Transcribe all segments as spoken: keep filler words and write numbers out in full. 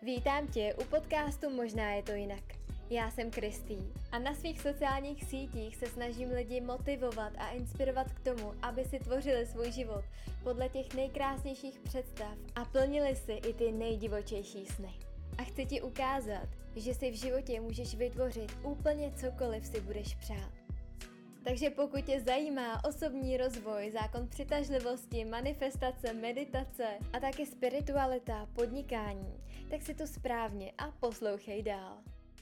Vítám tě u podcastu Možná je to jinak. Já jsem Kristý a na svých sociálních sítích se snažím lidi motivovat a inspirovat k tomu, aby si tvořili svůj život podle těch nejkrásnějších představ a plnili si i ty nejdivočejší sny. A chci ti ukázat, že si v životě můžeš vytvořit úplně cokoliv si budeš přát. Takže pokud tě zajímá osobní rozvoj, zákon přitažlivosti, manifestace, meditace a taky spiritualita, podnikání, tak si to správně a poslouchej dál.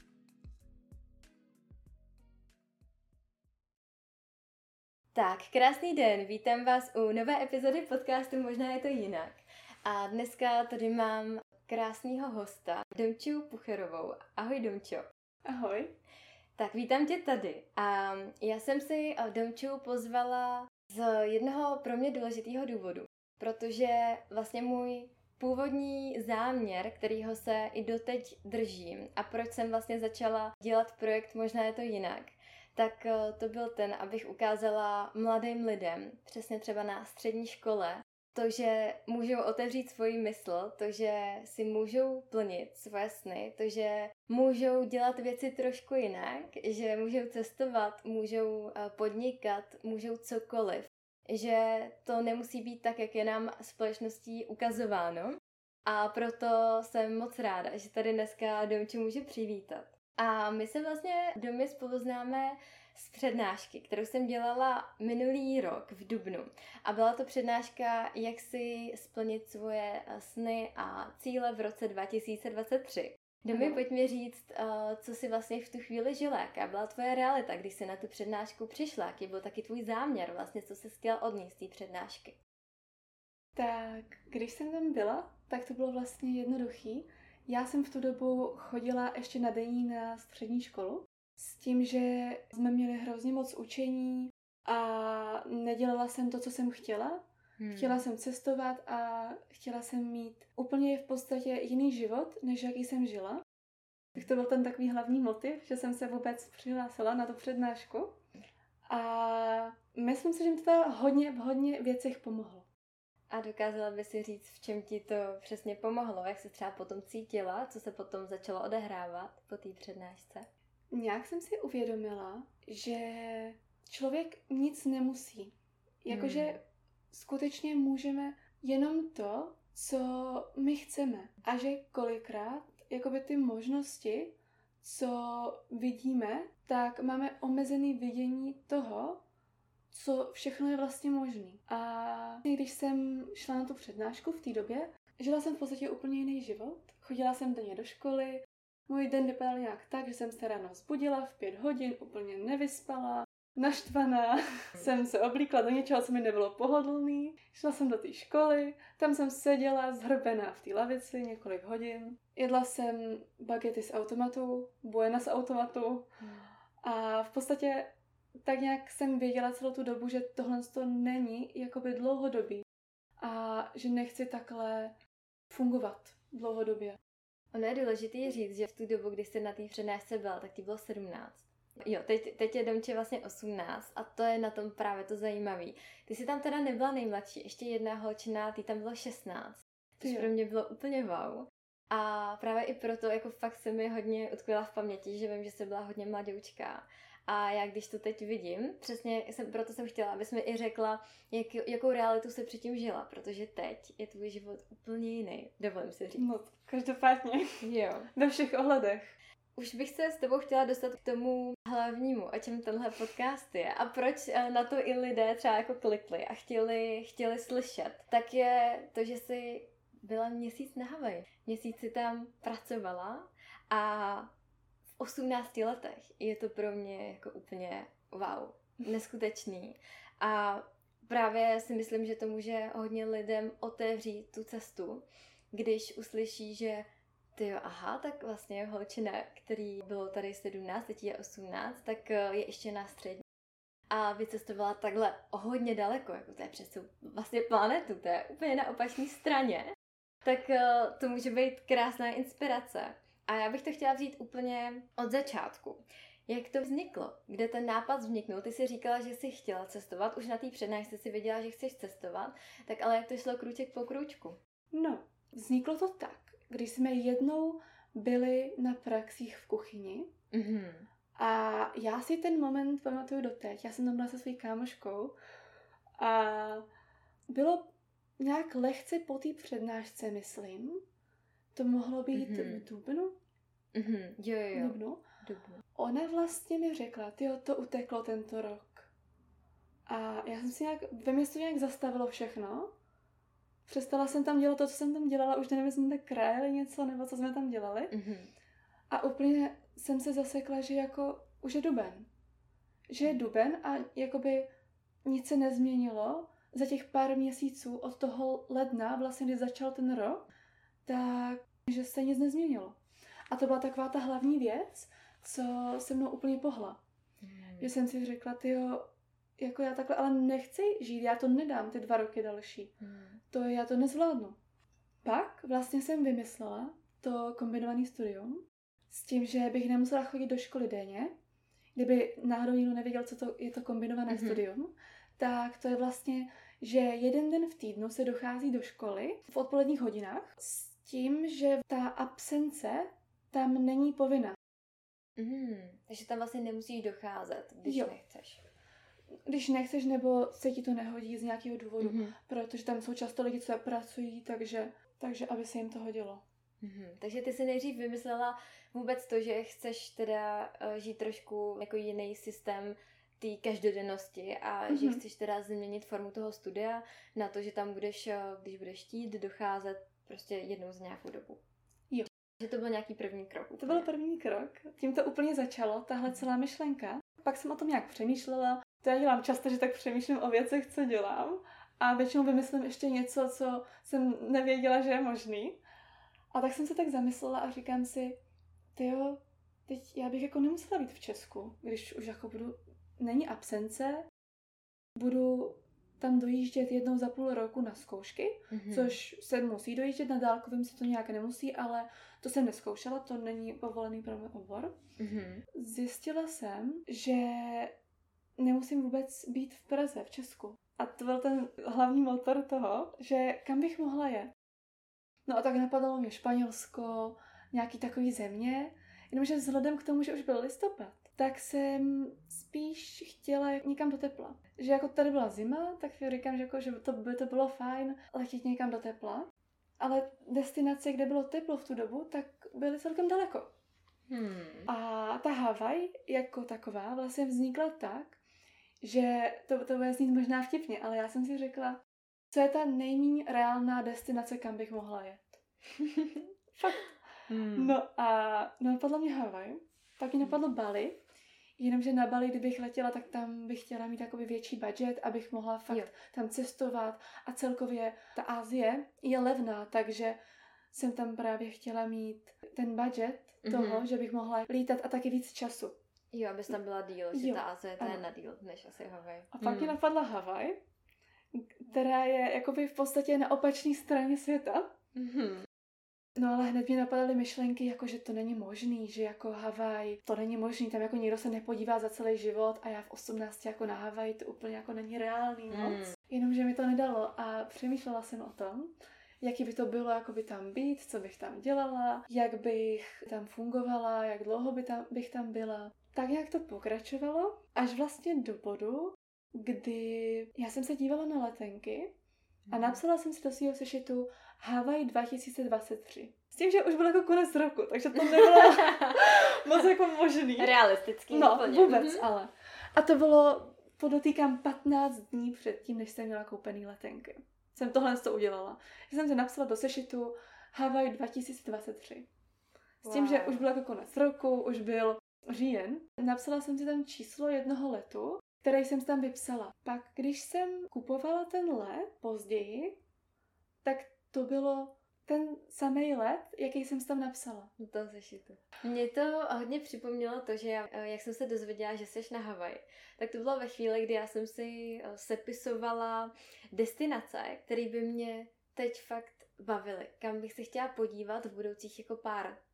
Tak, krásný den, vítám vás u nové epizody podcastu Možná je to jinak. A dneska tady mám krásného hosta, Domču Pucherovou. Ahoj, Domčo. Ahoj. Tak vítám tě tady. A já jsem si Domču pozvala z jednoho pro mě důležitého důvodu, protože vlastně můj původní záměr, kterýho se i doteď držím a proč jsem vlastně začala dělat projekt Možná je to jinak, tak to byl ten, abych ukázala mladým lidem, přesně třeba na střední škole, to, že můžou otevřít svoji mysl, to, že si můžou plnit svoje sny, to, že můžou dělat věci trošku jinak, že můžou cestovat, můžou podnikat, můžou cokoliv. Že to nemusí být tak, jak je nám společností ukazováno. A proto jsem moc ráda, že tady dneska Domču můžu přivítat. A my se vlastně Domy spolu známe z přednášky, kterou jsem dělala minulý rok v dubnu. A byla to přednáška, jak si splnit svoje sny a cíle v roce dva tisíce dvacet tři. Domy, pojď mi říct, co si vlastně v tu chvíli žila, jaká byla tvoje realita, když jsi na tu přednášku přišla, jaký byl taky tvůj záměr, vlastně co jsi chtěla odníst z té přednášky. Tak, když jsem tam byla, tak to bylo vlastně jednoduchý. Já jsem v tu dobu chodila ještě na denní na střední školu, s tím, že jsme měli hrozně moc učení a nedělala jsem to, co jsem chtěla. Hmm. Chtěla jsem cestovat a chtěla jsem mít úplně v podstatě jiný život, než jaký jsem žila. Tak to byl ten takový hlavní motiv, že jsem se vůbec přihlásila na tu přednášku. A myslím si, že mi to hodně v hodně věcech pomohlo. A dokázala by si říct, v čem ti to přesně pomohlo? Jak se třeba potom cítila? Co se potom začalo odehrávat po té přednášce? Nějak jsem si uvědomila, že člověk nic nemusí. Jakože hmm. skutečně můžeme jenom to, co my chceme. A že kolikrát jakoby ty možnosti, co vidíme, tak máme omezený vidění toho, co všechno je vlastně možný. A když jsem šla na tu přednášku v té době, žila jsem v podstatě úplně jiný život. Chodila jsem denně do školy, můj den vypadal nějak tak, že jsem se ráno vzbudila v pět hodin, úplně nevyspala, naštvaná. Jsem se oblíkla do něčeho, co mi nebylo pohodlný. Šla jsem do té školy, tam jsem seděla zhrbená v té lavici několik hodin. Jedla jsem bagety z automatu, buena z automatu a v podstatě tak nějak jsem věděla celou tu dobu, že tohle to není jakoby dlouhodobý a že nechci takhle fungovat dlouhodobě. Ono je důležitý říct, že v tu dobu, kdy jsi na té přednášce byla, tak ti bylo sedmnáct. Jo, teď, teď je Domče vlastně osmnáct a to je na tom právě to zajímavý. Ty jsi tam teda nebyla nejmladší, ještě jedna holčina, ty tam bylo šestnáct, což pro mě bylo úplně wow. A právě i proto jako fakt se mi hodně utkvěla v paměti, že vím, že jsi byla hodně mladoučká. A já když to teď vidím, přesně jsem, proto jsem chtěla, abys mi i řekla, jak, jakou realitu se předtím žila, protože teď je tvůj život úplně jiný, dovolím si říct. No, každopádně. Jo. Ve všech ohledech. Už bych se s tebou chtěla dostat k tomu hlavnímu, o čem tenhle podcast je a proč na to i lidé třeba jako klikli a chtěli, chtěli slyšet, tak je to, že jsi byla měsíc na Havaji. Měsíc si tam pracovala a v osmnácti letech je to pro mě jako úplně wow, neskutečný. A právě si myslím, že to může hodně lidem otevřít tu cestu, když uslyší, že tyjo, aha, tak vlastně holčina, který bylo tady sedmnáct, teď je osmnáct, tak je ještě na střední. A vycestovala takhle hodně daleko, jako to je přes vlastně planetu, to je úplně na opačné straně. Tak to může být krásná inspirace. A já bych to chtěla vzít úplně od začátku. Jak to vzniklo? Kde ten nápad vzniknul? Ty jsi říkala, že jsi chtěla cestovat, už na té přednášce si věděla, že chceš cestovat, tak ale jak to šlo krůček po krůčku? No, vzniklo to tak, když jsme jednou byli na praxích v kuchyni Mm-hmm. a já si ten moment pamatuju doteď. Já jsem tam byla se svou kámoškou a bylo nějak lehce po té přednášce, myslím. To mohlo být Mm-hmm. v dubnu? Mm-hmm. Jo, jo, jo. Dubnu. Dubnu. Ona vlastně mi řekla, tyjo, to uteklo tento rok. A já jsem si nějak, ve mě to nějak zastavilo všechno. Přestala jsem tam dělat to, co jsem tam dělala, už nevím, jestli jsme tak krájeli něco, nebo co jsme tam dělali. Mm-hmm. A úplně jsem se zasekla, že jako už je duben. Že je duben a jakoby nic se nezměnilo. Za těch pár měsíců od toho ledna, vlastně když začal ten rok, tak že se nic nezměnilo. A to byla taková ta hlavní věc, co se mnou úplně pohla. Mm. Že jsem si řekla, tyjo, jako já takhle, ale nechci žít, já to nedám ty dva roky další. Mm. To já to nezvládnu. Pak vlastně jsem vymyslela to kombinované studium s tím, že bych nemusela chodit do školy denně. Kdyby náhodou někdo nevěděl, co to je to kombinované Mhm. studium, tak to je vlastně, že jeden den v týdnu se dochází do školy v odpoledních hodinách s tím, že ta absence tam není povinná. Mm. Takže tam vlastně nemusíš docházet, když Jo. nechceš. Když nechceš nebo se ti to nehodí z nějakého důvodu, Mm-hmm. protože tam jsou často lidi, co pracují, takže, takže aby se jim to hodilo. Mm-hmm. Takže ty si nejdřív vymyslela vůbec to, že chceš teda uh, žít trošku jako jiný systém té každodennosti a mm-hmm. že Mhm. chceš teda změnit formu toho studia na to, že tam budeš, uh, když budeš chtít, docházet prostě jednou za nějakou dobu. Jo. Že to byl nějaký první krok. To úplně. byl první krok. Tím to úplně začalo, tahle celá myšlenka. Pak jsem o tom nějak přemýšlela. To já dělám často, že tak přemýšlím o věcech, co dělám. A většinou vymyslím ještě něco, co jsem nevěděla, že je možný. A tak jsem se tak zamyslela a říkám si, tyjo, teď já bych jako nemusela být v Česku, když už jako budu, není absence, budu tam dojíždět jednou za půl roku na zkoušky, Mhm. což se musí dojíždět, na dálkovým se to nějak nemusí, ale to jsem neskoušela, to není povolený pro můj obor. Mhm. Zjistila jsem, že nemusím vůbec být v Praze, v Česku. A to byl ten hlavní motor toho, že kam bych mohla jet. No a tak napadalo mě Španělsko, nějaký takový země, jenomže vzhledem k tomu, že už byl listopad, tak jsem spíš chtěla někam do tepla. Že jako tady byla zima, tak si říkám, že, jako, že to by to bylo fajn letět někam do tepla. Ale destinace, kde bylo teplo v tu dobu, tak byly celkem daleko. Hmm. A ta Havaj jako taková vlastně vznikla tak, že to, to bude znít možná vtipně, ale já jsem si řekla, co je ta nejméně reálná destinace, kam bych mohla jet. Fakt. Hmm. No a napadla mě Havaj, pak mě napadlo Bali, jenomže na Bali, kdybych letěla, tak tam bych chtěla mít takový větší budget, abych mohla fakt Jo. tam cestovat a celkově ta Asie je levná, takže jsem tam právě chtěla mít ten budget toho, Mhm. že bych mohla lítat a taky víc času. Jo, abys tam byla díl, že Jo, ta Asie to je ano. na díl, než asi Havaj. A pak Hmm. mě napadla Havaj, která je jakoby v podstatě na opačné straně světa. Mhm. No ale hned mě napadaly myšlenky, jako že to není možný, že jako Havaj, to není možný, tam jako nikdo se nepodívá za celý život a já v osmnácti jako na Havaj, to úplně jako není reálný moc. Hmm. Jenomže mi to nedalo a přemýšlela jsem o tom, jaký by to bylo, jako by tam být, co bych tam dělala, jak bych tam fungovala, jak dlouho by tam, bych tam byla. Tak nějak to pokračovalo, až vlastně do bodu, kdy já jsem se dívala na letenky a napsala jsem si do svého sešitu Havaj dva tisíce dvacet tři. S tím, že už byl jako konec roku, takže to nebylo moc jako možný. Realistický No, úplně. vůbec Mhm. ale. A to bylo, podotýkám, patnáct dní předtím, než jsem měla koupený letenky. Jsem tohle to udělala. Že jsem se napsala do sešitu Havaj dva tisíce dvacet tři. S tím, Wow. že už byl jako konec roku, už byl říjen. Napsala jsem si tam číslo jednoho letu, který jsem si tam vypsala. Pak, když jsem kupovala ten let později, tak to bylo ten samý let, jaký jsem si tam napsala. Do toho sešitu. Mě to hodně připomnělo to, že já, jak jsem se dozvěděla, že jsi na Havaji, tak to bylo ve chvíli, kdy já jsem si sepisovala destinace, které by mě teď fakt bavily, kam bych se chtěla podívat v budoucích jako pár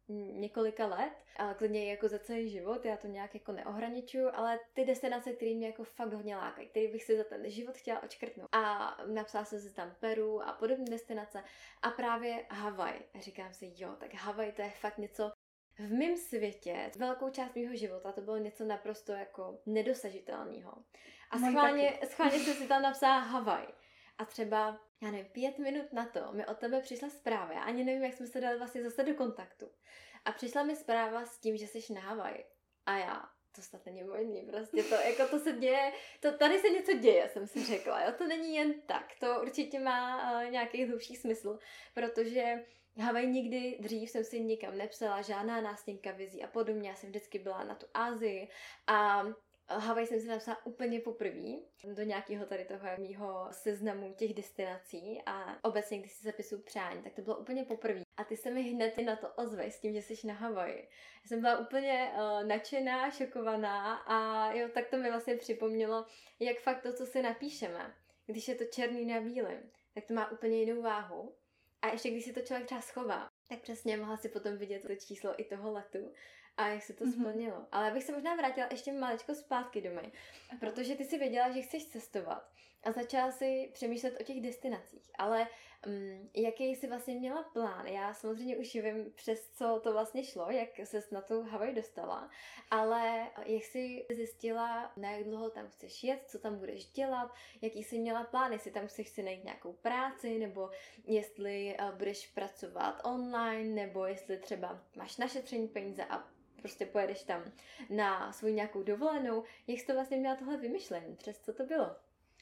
několika let, ale klidně jako za celý život, já to nějak jako neohraničuju, ale ty destinace, které mě jako fakt hodně lákají, který bych si za ten život chtěla odškrtnout. A napsala jsem si tam Peru a podobné destinace a právě Havaj. A říkám si, jo, tak Havaj to je fakt něco v mém světě, velkou část mého života to bylo něco naprosto jako nedosažitelného. A schválně, schválně jsem si tam napsala Havaj. A třeba, já nevím, pět minut na to mi od tebe přišla zpráva. Já ani nevím, jak jsme se dali vlastně zase do kontaktu. A přišla mi zpráva s tím, že jsi na Havaji. A já, to snad není možný, prostě to, jako to se děje, to, tady se něco děje, jsem si řekla, jo, to není jen tak, to určitě má uh, nějaký hlubší smysl, protože Havaj nikdy dřív jsem si nikam nepsala, žádná nástěnka vizí a podobně, já jsem vždycky byla na tu Asii a Havaj jsem si napsala úplně poprvé do nějakého tady toho mýho seznamu těch destinací a obecně, když si zapisuju přání, tak to bylo úplně poprvé. A ty se mi hned na to ozveš s tím, že jsi na Havaji. Já jsem byla úplně uh, nadšená, šokovaná a jo, tak to mi vlastně připomnělo, jak fakt to, co si napíšeme, když je to černý na bílém, tak to má úplně jinou váhu. A ještě když si to člověk třeba schová, tak přesně mohla si potom vidět to číslo i toho letu. A jak se to mm-hmm. splnilo. Ale já bych se možná vrátila ještě maličko zpátky do mě, protože ty si věděla, že chceš cestovat a začala si přemýšlet o těch destinacích. Ale um, jaký jsi vlastně měla plán? Já samozřejmě už vím, přes co to vlastně šlo, jak ses na tu Havaj dostala, ale jak jsi zjistila, na jak dlouho tam chceš jet, co tam budeš dělat, jaký jsi měla plán, jestli tam chceš si najít nějakou práci, nebo jestli uh, budeš pracovat online, nebo jestli třeba máš našetření peníze a prostě pojedeš tam na svou nějakou dovolenou. Jak jsi to vlastně měla tohle vymyšlení? Přes co to bylo?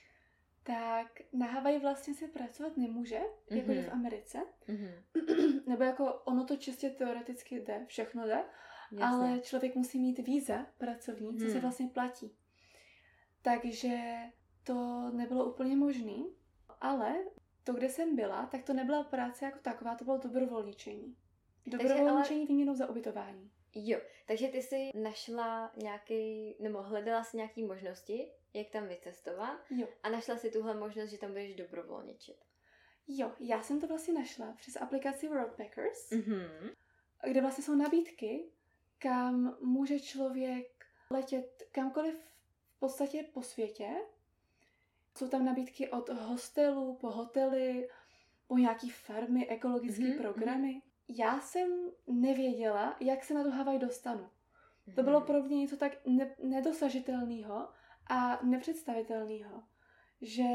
Tak na Havaji vlastně se pracovat nemůže, mm-hmm. jako v Americe. Mm-hmm. Nebo jako ono to čistě teoreticky jde, všechno jde, Jasně. ale člověk musí mít víza pracovní, mm. co se vlastně platí. Takže to nebylo úplně možný, ale to, kde jsem byla, tak to nebyla práce jako taková, to bylo dobrovolničení. Dobrovolničení ale... výměnou za ubytování. Jo, takže ty jsi našla nějaký, nebo hledala si nějaký možnosti, jak tam vycestovat jo. a našla si tuhle možnost, že tam budeš dobrovolničit. Jo, já jsem to vlastně našla přes aplikaci Worldpackers, mm-hmm. kde vlastně jsou nabídky, kam může člověk letět kamkoliv v podstatě po světě. Jsou tam nabídky od hostelů po hotely, po nějaký farmy, ekologické mm-hmm. programy. Já jsem nevěděla, jak se na tu Havaj dostanu. To bylo pro mě něco tak ne- nedosažitelného a nepředstavitelného, že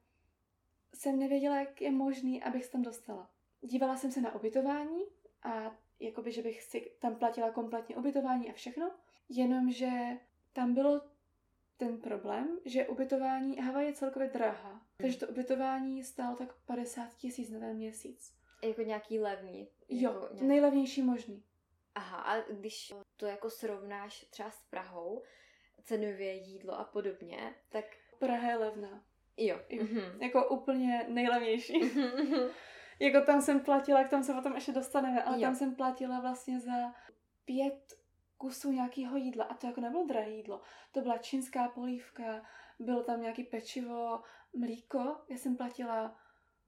jsem nevěděla, jak je možný, abych se tam dostala. Dívala jsem se na ubytování a jakoby, že bych si tam platila kompletně ubytování a všechno, jenomže tam bylo ten problém, že ubytování Havaj je celkově drahá. Takže to ubytování stálo tak padesát tisíc na ten měsíc. Jako nějaký levný. Jo, jako nějaký... nejlevnější možný. Aha, a když to jako srovnáš třeba s Prahou, cenově jídlo a podobně, tak... Praha je levná. Jo. jo. Mm-hmm. Jako úplně nejlevnější. Jako tam jsem platila, k tam se potom ještě dostaneme, ale jo. tam jsem platila vlastně za pět kusů nějakého jídla. A to jako nebylo drahé jídlo. To byla čínská polívka, bylo tam nějaký pečivo, mlíko. Já jsem platila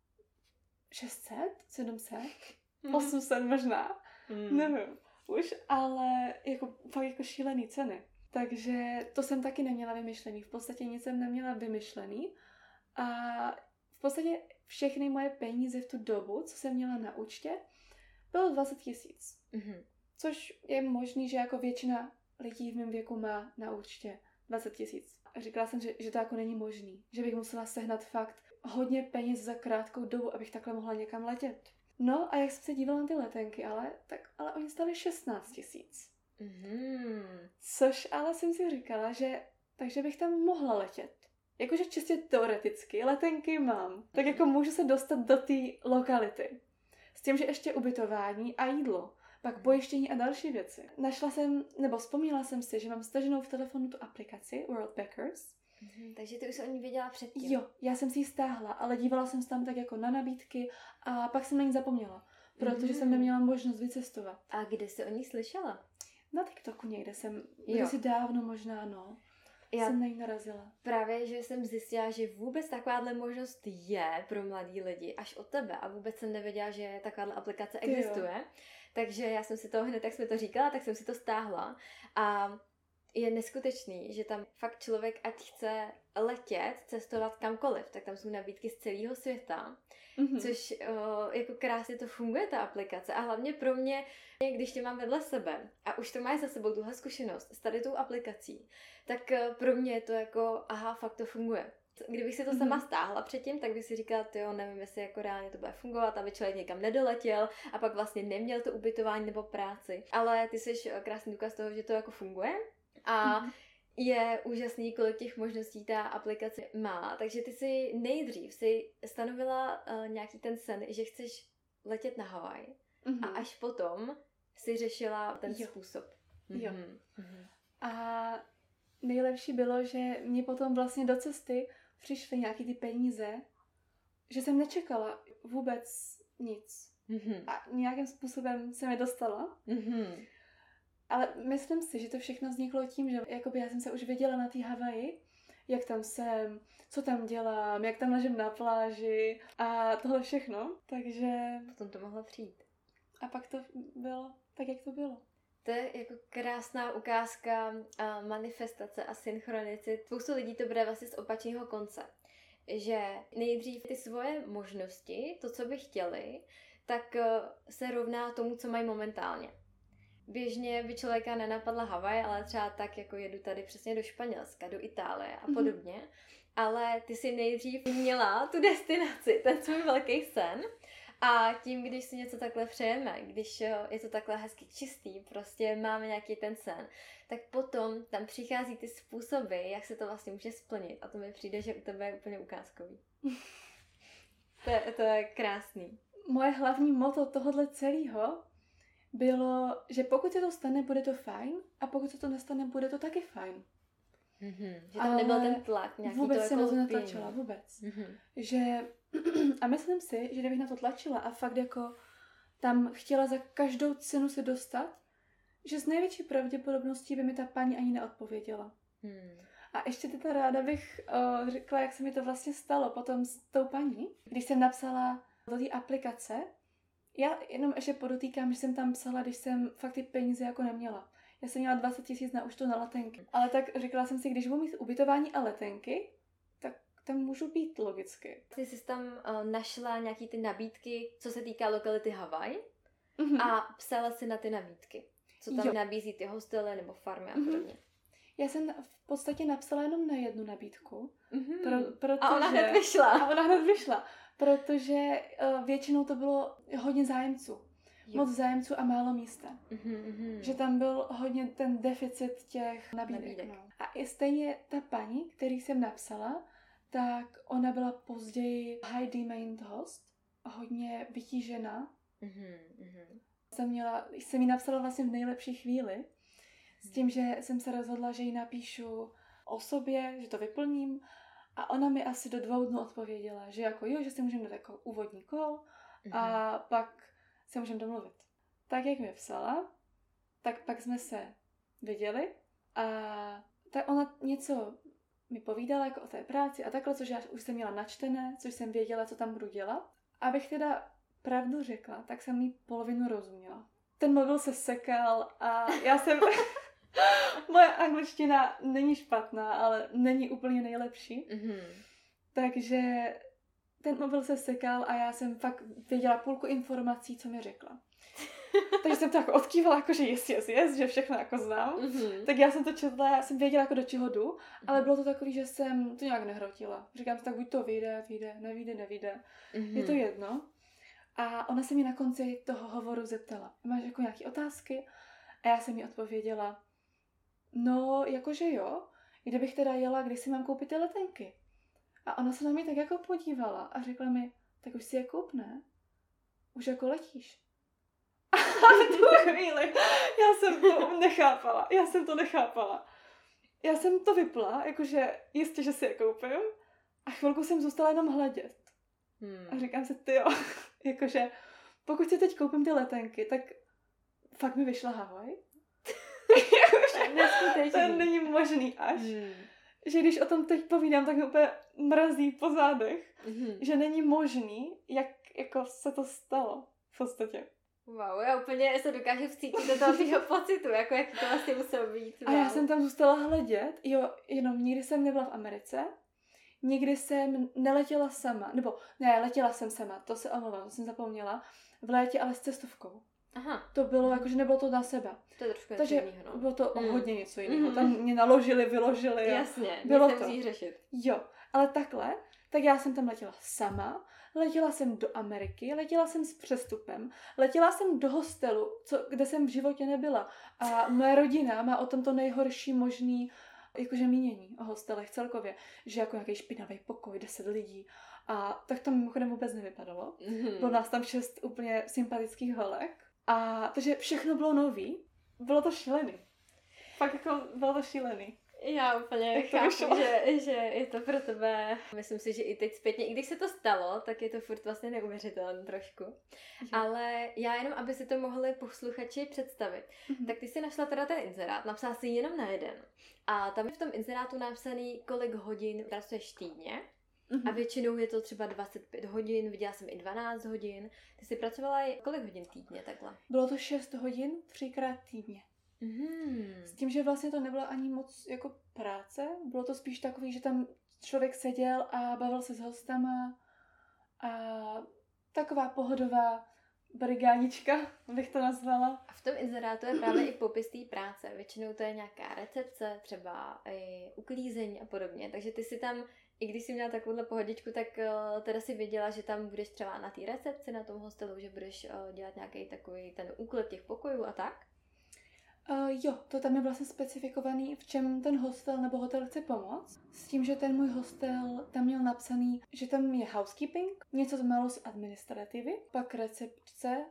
šest set, sedm set, mm. osm set možná, mm. nevím už, ale jako fakt jako šílený ceny. Takže to jsem taky neměla vymyšlený. V podstatě nic jsem neměla vymyšlený a v podstatě všechny moje peníze v tu dobu, co jsem měla na účtě, bylo dvacet tisíc. Mm-hmm. Což je možný, že jako většina lidí v mém věku má na účtě dvacet tisíc. A říkala jsem, že, že to jako není možný. Že bych musela sehnat fakt hodně peněz za krátkou dobu, abych takhle mohla někam letět. No a jak jsem se dívala na ty letenky, ale, tak, ale oni stáli šestnáct tisíc. Mm-hmm. Což ale jsem si říkala, že takže bych tam mohla letět. Jakože čistě teoreticky, letenky mám. Tak jako můžu se dostat do té lokality. S tím, že ještě ubytování a jídlo. Pak pojištění a další věci. Našla jsem, nebo vzpomněla jsem si, že mám staženou v telefonu tu aplikaci Worldpackers. Mm-hmm, takže ty už jsi o ní věděla předtím. Jo, já jsem si ji stáhla, ale dívala jsem se tam tak jako na nabídky a pak jsem na ní zapomněla, protože mm-hmm. jsem neměla možnost vycestovat. A kde jsi o ní slyšela? Na TikToku někde jsem, kdysi dávno možná, no. Já jsem na ní narazila. Právě, že jsem zjistila, že vůbec takováhle možnost je pro mladý lidi až od tebe a vůbec jsem nevěděla, že takováhle aplikace existuje. Takže já jsem si to hned, jak jsme to říkala, tak jsem si to stáhla a je neskutečný, že tam fakt člověk, ať chce letět, cestovat kamkoliv, tak tam jsou nabídky z celého světa, mm-hmm. což o, jako krásně to funguje, ta aplikace. A hlavně pro mě, když tě mám vedle sebe a už to máš za sebou tuhle zkušenost s tady tou aplikací, tak pro mě je to jako, aha, fakt to funguje. Kdybych si to sama mm-hmm. stáhla předtím, tak bych si říkala, jo, nevím, jestli jako reálně to bude fungovat, aby člověk někam nedoletěl a pak vlastně neměl to ubytování nebo práci. Ale ty jsi krásný důkaz toho, že to jako funguje. A mm-hmm. je úžasný, kolik těch možností ta aplikace má. Takže ty si nejdřív si stanovila uh, nějaký ten sen, že chceš letět na Havaj. Mm-hmm. A až potom si řešila ten jo. způsob. Mm-hmm. Jo. Mm-hmm. A nejlepší bylo, že mě potom vlastně do cesty přišly nějaký ty peníze, že jsem nečekala vůbec nic. Mm-hmm. A nějakým způsobem se mi dostala. Mm-hmm. Ale myslím si, že to všechno vzniklo tím, že jakoby já jsem se už viděla na té Havaji, jak tam jsem, co tam dělám, jak tam ležím na pláži a tohle všechno, takže... Potom to mohlo přijít. A pak to bylo tak, jak to bylo. To je jako krásná ukázka a manifestace a synchronicity. Spoustu lidí to bude vlastně z opačného konce. Že nejdřív ty svoje možnosti, to, co by chtěli, tak se rovná tomu, co mají momentálně. Běžně by člověka nenapadla Havaj, ale třeba tak, jako jedu tady přesně do Španělska, do Itálie a podobně. Mm-hmm. Ale ty si nejdřív měla tu destinaci, ten svůj velký sen. A tím, když si něco takhle přejeme, když je to takhle hezky čistý, prostě máme nějaký ten sen, tak potom tam přichází ty způsoby, jak se to vlastně může splnit. A to mi přijde, že u tebe je úplně ukázkový. to, je, to je krásný. Moje hlavní motto tohohle celého bylo, že pokud se to stane, bude to fajn, a pokud se to nestane, bude to taky fajn. Mm-hmm. Že tam nebyl ten tlak, nějaký vůbec to se jako na to netlačila, vůbec. Mm-hmm. Že, a myslím si, že kdybych na to tlačila a fakt jako tam chtěla za každou cenu se dostat, že s největší pravděpodobností by mi ta paní ani neodpověděla. Hmm. A ještě teda ráda bych o, řekla, jak se mi to vlastně stalo potom s tou paní, když jsem napsala do té aplikace. Já jenom ještě podotýkám, že jsem tam psala, když jsem fakt ty peníze jako neměla. Já jsem měla dvacet tisíc na účtu na letenky. Ale tak říkala jsem si, když budu mít ubytování a letenky, tak tam můžu být logicky. Ty jsi tam uh, našla nějaký ty nabídky, co se týká lokality Havaj, mm-hmm. a psala si na ty nabídky. Co tam jo. nabízí ty hostely nebo farmy a podobně. Mm-hmm. Já jsem v podstatě napsala jenom na jednu nabídku. Mm-hmm. Pro, protože... A ona hned vyšla. A ona hned vyšla. Protože uh, většinou to bylo hodně zájemců. Jo. Moc zájemců a málo místa. Mm-hmm. Že tam byl hodně ten deficit těch nabídek. nabídek. No. A i stejně ta paní, který jsem napsala, tak ona byla později high demand host, hodně vytížená. Mm-hmm. Jsem, měla, jsem jí napsala vlastně v nejlepší chvíli, s tím, že jsem se rozhodla, že jí napíšu o sobě, že to vyplním, a ona mi asi do dvou dnů odpověděla, že jako jo, že si můžeme dát jako úvodní call a mm-hmm. pak se můžeme domluvit. Tak, jak mi psala, tak pak jsme se viděli a tak ona něco mi povídala jako o té práci a takhle, což já už jsem měla načtené, což jsem věděla, co tam budu dělat. Abych teda pravdu řekla, tak jsem jí polovinu rozuměla. Ten mobil se sekal a já jsem... Moje angličtina není špatná, ale není úplně nejlepší. Mm-hmm. Takže ten mobil se sekal a já jsem fakt věděla půlku informací, co mi řekla. Takže jsem to jako odkývala, jako že yes, yes, yes, že všechno jako znám. Mm-hmm. Tak já jsem to četla, já jsem věděla, jako do čeho jdu, mm-hmm. ale bylo to takový, že jsem to nějak nehrotila. Říkám si, tak buď to vyjde, vyjde, nevyjde, nevyjde. Mm-hmm. Je to jedno. A ona se mi na konci toho hovoru zeptala, máš jako nějaké otázky? A já jsem jí odpověděla, no, jakože jo, kdybych teda jela, když si mám koupit ty letenky. A ona se na mě tak jako podívala a řekla mi, tak už si je koup, ne? Už jako letíš. A v tu chvíli já jsem to nechápala, já jsem to nechápala. Já jsem to vypla, jakože jistě, že si je koupím, a chvilku jsem zůstala jenom hledět. Hmm. A říkám si, tyjo, jakože pokud si teď koupím ty letenky, tak fakt mi vyšla Havaj. To není možný až. Hmm. Že když o tom teď povídám, tak mi úplně mrazí po zádech. Hmm. Že není možný, jak jako se to stalo v podstatě. Wow, já úplně se dokážu vcítit do toho tvýho pocitu, jako jak to vlastně muselo být. Wow. A já jsem tam zůstala hledět, jo, jenom nikdy jsem nebyla v Americe, nikdy jsem neletěla sama, nebo ne, letěla jsem sama, to se omlouvám, to jsem zapomněla, v létě, ale s cestovkou. Aha. To bylo, jakože nebylo to na sebe. To je trošku Takže něco jiného, no. bylo to Mm. hodně něco jiného. Mm. Tam mě naložili, vyložili. Jo. Jasně, bylo nic to. nemusíš řešit. Jo, ale takhle, tak já jsem tam letěla sama, letěla jsem do Ameriky, letěla jsem s přestupem, letěla jsem do hostelu, co, kde jsem v životě nebyla. A moje rodina má o tom to nejhorší možný jakože mínění o hostelech celkově, že jako nějaký špinavý pokoj, deset lidí. A tak to mimochodem vůbec nevypadalo. Mm. Bylo nás tam šest úplně sympatických holek. A takže všechno bylo nový. Bylo to šílený. Fakt jako bylo to šílený. Já úplně Jak to chápu, vyšlo? že, že je to pro tebe, myslím si, že i teď zpětně, i když se to stalo, tak je to furt vlastně neuvěřitelné trošku. Jo. Ale já jenom, aby si to mohli posluchači představit, Mhm. tak ty si našla teda ten inzerát, napsala si jenom na jeden. A tam je v tom inzerátu napsaný, kolik hodin pracuješ týdně. Mhm. A většinou je to třeba dvacet pět hodin, viděla jsem i dvanáct hodin. Ty jsi pracovala i kolik hodin týdně takhle? Bylo to šest hodin, třikrát týdně. Mm. S tím, že vlastně to nebylo ani moc jako práce, bylo to spíš takový, že tam člověk seděl a bavil se s hostama a taková pohodová brigádička, bych to nazvala. A v tom inzerátu je právě i popis té práce. Většinou to je nějaká recepce, třeba i uklízení a podobně. Takže ty si tam, i když jsi měla takovouhle pohodičku, tak uh, teda si věděla, že tam budeš třeba na té recepci, na tom hostelu, že budeš uh, dělat nějaký takový ten úklid těch pokojů a tak? Uh, jo, to tam je vlastně specifikovaný, v čem ten hostel nebo hotel chce pomoct. S tím, že ten můj hostel tam měl napsaný, že tam je housekeeping, něco málo z administrativy, pak recepce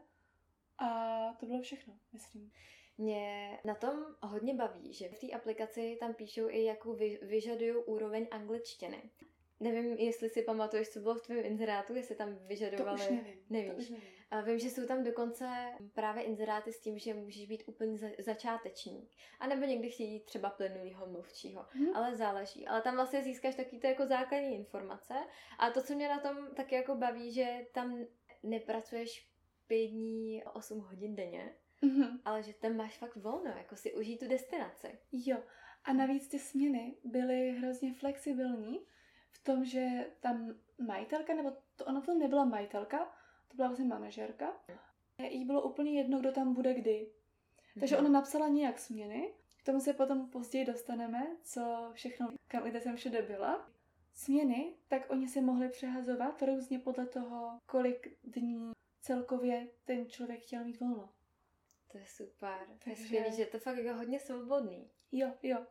a to bylo všechno, myslím. Mě na tom hodně baví, že v té aplikaci tam píšou i, jakou vy, vyžadují úroveň angličtiny. Nevím, jestli si pamatuješ, co bylo v tvém inzerátu, jestli tam vyžadovali... To už nevím. Nevíš. To už nevím. A vím, že jsou tam dokonce právě inzeráty s tím, že můžeš být úplně za- začátečník. A nebo někdy chtějí třeba plynulýho mluvčího. Mhm. Ale záleží. Ale tam vlastně získáš taky to jako základní informace. A to, co mě na tom taky jako baví, že tam nepracuješ pět dní, osm hodin denně, Mhm. ale že tam máš fakt volno, jako si užít tu destinaci. Jo, a navíc ty směny byly hrozně flexibilní v tom, že tam majitelka, nebo to, ona to nebyla majitelka, to byla vlastně manažerka, jí bylo úplně jedno, kdo tam bude kdy. Takže Mhm. ona napsala nějak směny, k tomu se potom později dostaneme, co všechno, kam kde jsem všude byla. Směny, tak oni se mohli přehazovat různě podle toho, kolik dní celkově ten člověk chtěl mít volno. To je super. To je Takže- skvělý, že je to fakt jako hodně svobodný. Jo, jo.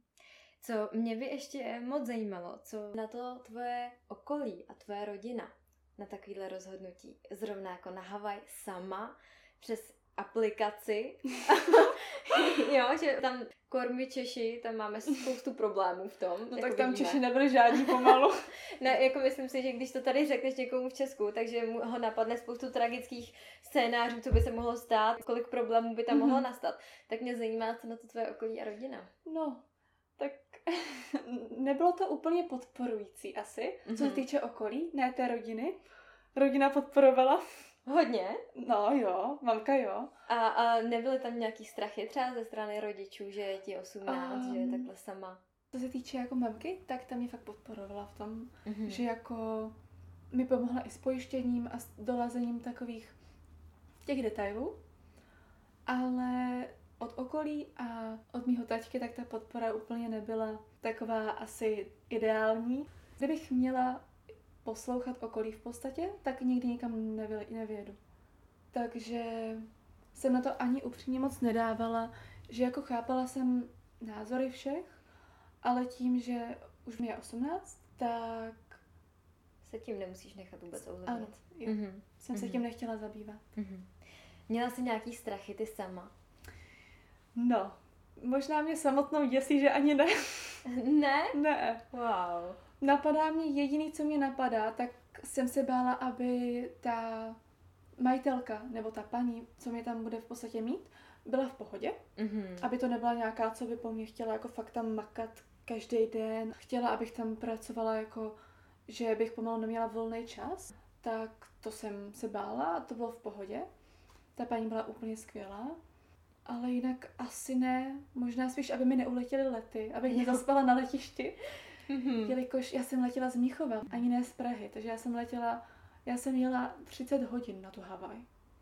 Co mě by ještě moc zajímalo, co na to tvoje okolí a tvoje rodina na takovýhle rozhodnutí. Zrovna jako na Havaj sama, přes aplikaci. Jo, že tam kormy Češi, tam máme spoustu problémů v tom. No jako tak tam vidíme. Češi nebyli žádní pomalu. Ne, jako myslím si, že když to tady řekneš někomu v Česku, takže mu ho napadne spoustu tragických scénářů, co by se mohlo stát, kolik problémů by tam mohlo Mhm. nastat. Tak mě zajímá, co na to tvoje okolí a rodina. No, tak nebylo to úplně podporující asi, co se Mhm. týče okolí, ne té rodiny. Rodina podporovala. Hodně. No jo, mamka jo. A, a nebyly tam nějaký strachy třeba ze strany rodičů, že je ti osmnáct, že je Um, takhle sama? Co se týče jako mamky, tak ta mě fakt podporovala v tom, Mhm. že jako mi pomohla i s pojištěním a s dolazením takových těch detailů. Ale od okolí a od mýho taťky, tak ta podpora úplně nebyla taková asi ideální. Kdybych měla poslouchat okolí v podstatě, tak nikdy nikam nevy, nevědu. Takže jsem na to ani upřímně moc nedávala, že jako chápala jsem názory všech, ale tím, že už mi je osmnáct, tak Se tím nemusíš nechat vůbec ano, ovlivnit. jo, Mhm. jsem se Mhm. tím nechtěla zabývat. Mhm. Měla jsi nějaký strachy ty sama? No, možná mě samotnou děsí, že ani ne. Ne? Ne. Wow. Napadá mě jediný, co mě napadá, tak jsem se bála, aby ta majitelka, nebo ta paní, co mě tam bude v podstatě mít, byla v pohodě. Mhm. Aby to nebyla nějaká, co by po mně chtěla jako fakt tam makat každý den. Chtěla, abych tam pracovala jako, že bych pomalu neměla volný čas. Tak to jsem se bála a to bylo v pohodě. Ta paní byla úplně skvělá, ale jinak asi ne. Možná spíš, aby mi neuletěly lety, abych nezaspala na letišti. Mm-hmm. Jelikož já jsem letěla z Mnichova, ani ne z Prahy, takže já jsem letěla, já jsem jela třicet hodin na tu Havaj.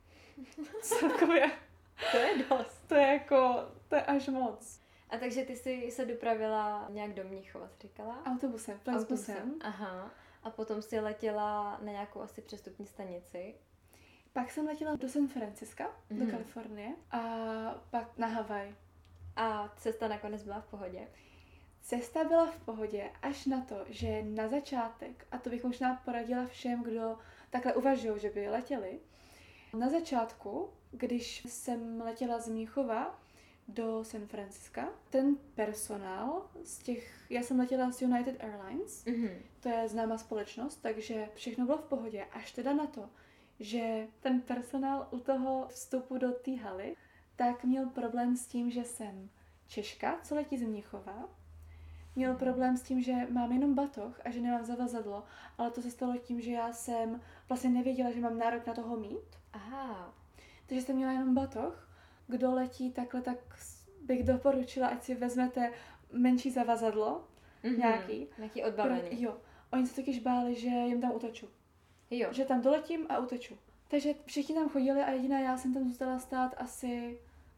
Celkově. To je dost. To je jako, to je až moc. A takže ty jsi se dopravila nějak do Mnichova, jsi říkala? Autobusem, Flexbusem. Aha. A potom jsi letěla na nějakou asi přestupní stanici. Pak jsem letěla do San Franciska, mm-hmm. do Kalifornie a pak na Havaj. A cesta nakonec byla v pohodě? Cesta byla v pohodě až na to, že na začátek, a to bych možná poradila všem, kdo takhle uvažují, že by letěli, na začátku, když jsem letěla z Mnichova do San Franciska, ten personál z těch, já jsem letěla z United Airlines, mm-hmm. to je známá společnost, takže všechno bylo v pohodě, až teda na to, že ten personál u toho vstupu do té haly, tak měl problém s tím, že jsem Češka, co letí z Mnichova, měl problém s tím, že mám jenom batoh a že nemám zavazadlo, ale to se stalo tím, že já jsem vlastně nevěděla, že mám nárok na toho mít. Aha. Takže jsem měla jenom batoh. Kdo letí takhle, tak bych doporučila, ať si vezmete menší zavazadlo, mm-hmm. nějaký. Nějaký odbavený. Pro, jo. Oni se totiž báli, že jim tam uteču. Jo. Že tam doletím a uteču. Takže všichni tam chodili a jediná já jsem tam zůstala stát asi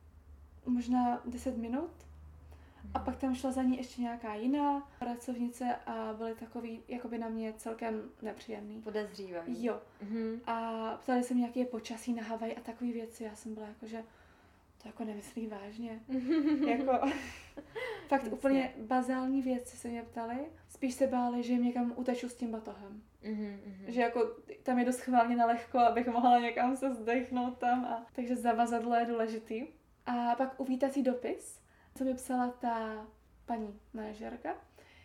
možná deset minut. A pak tam šla za ní ještě nějaká jiná pracovnice a byly takový, jakoby na mě celkem nepříjemný. Podezřívavý. Jo. Mm-hmm. A ptali se mě, jaký je počasí na Havaji a takové věci. Já jsem byla jako, že to jako nemyslí vážně. jako fakt Jasně. úplně bazální věci se mě ptali. Spíš se báli, že jim někam uteču s tím batohem. Mm-hmm. Že jako tam je dost schválně na lehko, abych mohla někam se zdechnout tam. A... Takže zavazadlo je důležitý. A pak uvítací dopis, co mi psala ta paní manažerka,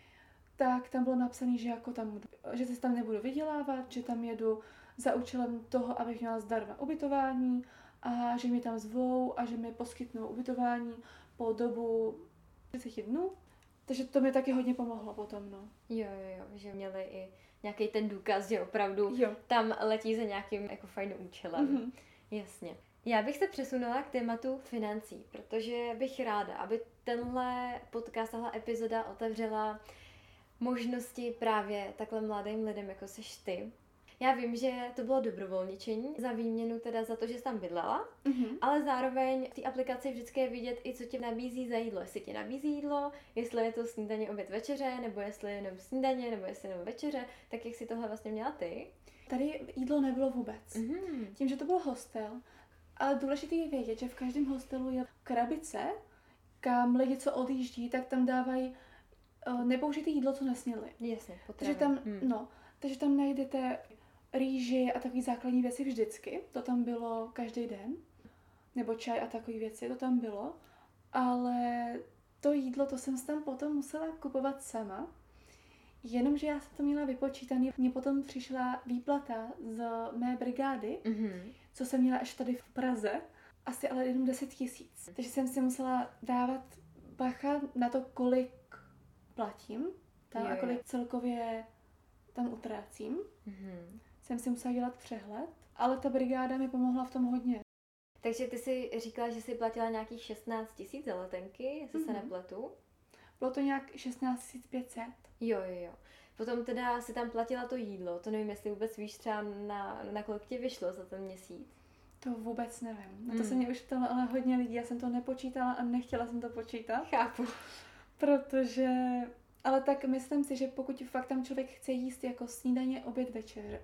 tak tam bylo napsané, že jako tam, že se tam nebudu vydělávat, že tam jedu za účelem toho, abych měla zdarma ubytování a že mi tam zvou a že mi poskytnou ubytování po dobu třicet dnů. Takže to mi taky hodně pomohlo potom, no. Jo, jo, jo, že měli i nějaký ten důkaz, že opravdu jo. tam letí za nějakým jako fajným účelem. Mm-hmm. Jasně. Já bych se přesunula k tématu financí, protože bych ráda, aby tenhle podcast, tahle epizoda otevřela možnosti právě takhle mladým lidem, jako seš ty. Já vím, že to bylo dobrovolničení za výměnu teda za to, že jsi tam bydlela, mm-hmm. ale zároveň v té aplikaci vždycky je vidět i, co ti nabízí za jídlo. Jestli ti nabízí jídlo, jestli je to snídaně, oběd, večeře, nebo jestli je jenom snídaně, nebo jestli jenom večeře, tak jak si tohle vlastně měla ty? Tady jídlo nebylo vůbec. Mm-hmm. Tím, že to byl hostel, ale důležité je vědět, že v každém hostelu je krabice, kam lidi, co odjíždí, tak tam dávají uh, nepoužité jídlo, co nesměli. Jasně, potravy. Takže tam, hmm. no, takže tam najdete rýži a takové základní věci vždycky. To tam bylo každý den. Nebo čaj a takové věci, to tam bylo. Ale to jídlo, to jsem si tam potom musela kupovat sama. Jenomže já jsem to měla vypočítaný. Mně potom přišla výplata z mé brigády, mm-hmm. co jsem měla až tady v Praze, asi ale jenom deset tisíc. Takže jsem si musela dávat bacha na to, kolik platím tam a kolik celkově tam utrácím. Mm-hmm. Jsem si musela dělat přehled, ale ta brigáda mi pomohla v tom hodně. Takže ty si říkala, že jsi platila nějakých šestnáct tisíc za letenky, jestli mm-hmm. se nepletu? Bylo to nějak šestnáct tisíc pět set. Jo, jo, jo. Potom teda si tam platila to jídlo, to nevím, jestli vůbec víš třeba na, na kolik ti vyšlo za ten měsíc. To vůbec nevím. Na to mm. se mě už ptalo ale hodně lidí, já jsem to nepočítala a nechtěla jsem to počítat. Chápu. Protože, ale tak myslím si, že pokud fakt tam člověk chce jíst jako snídaně, oběd, večeře,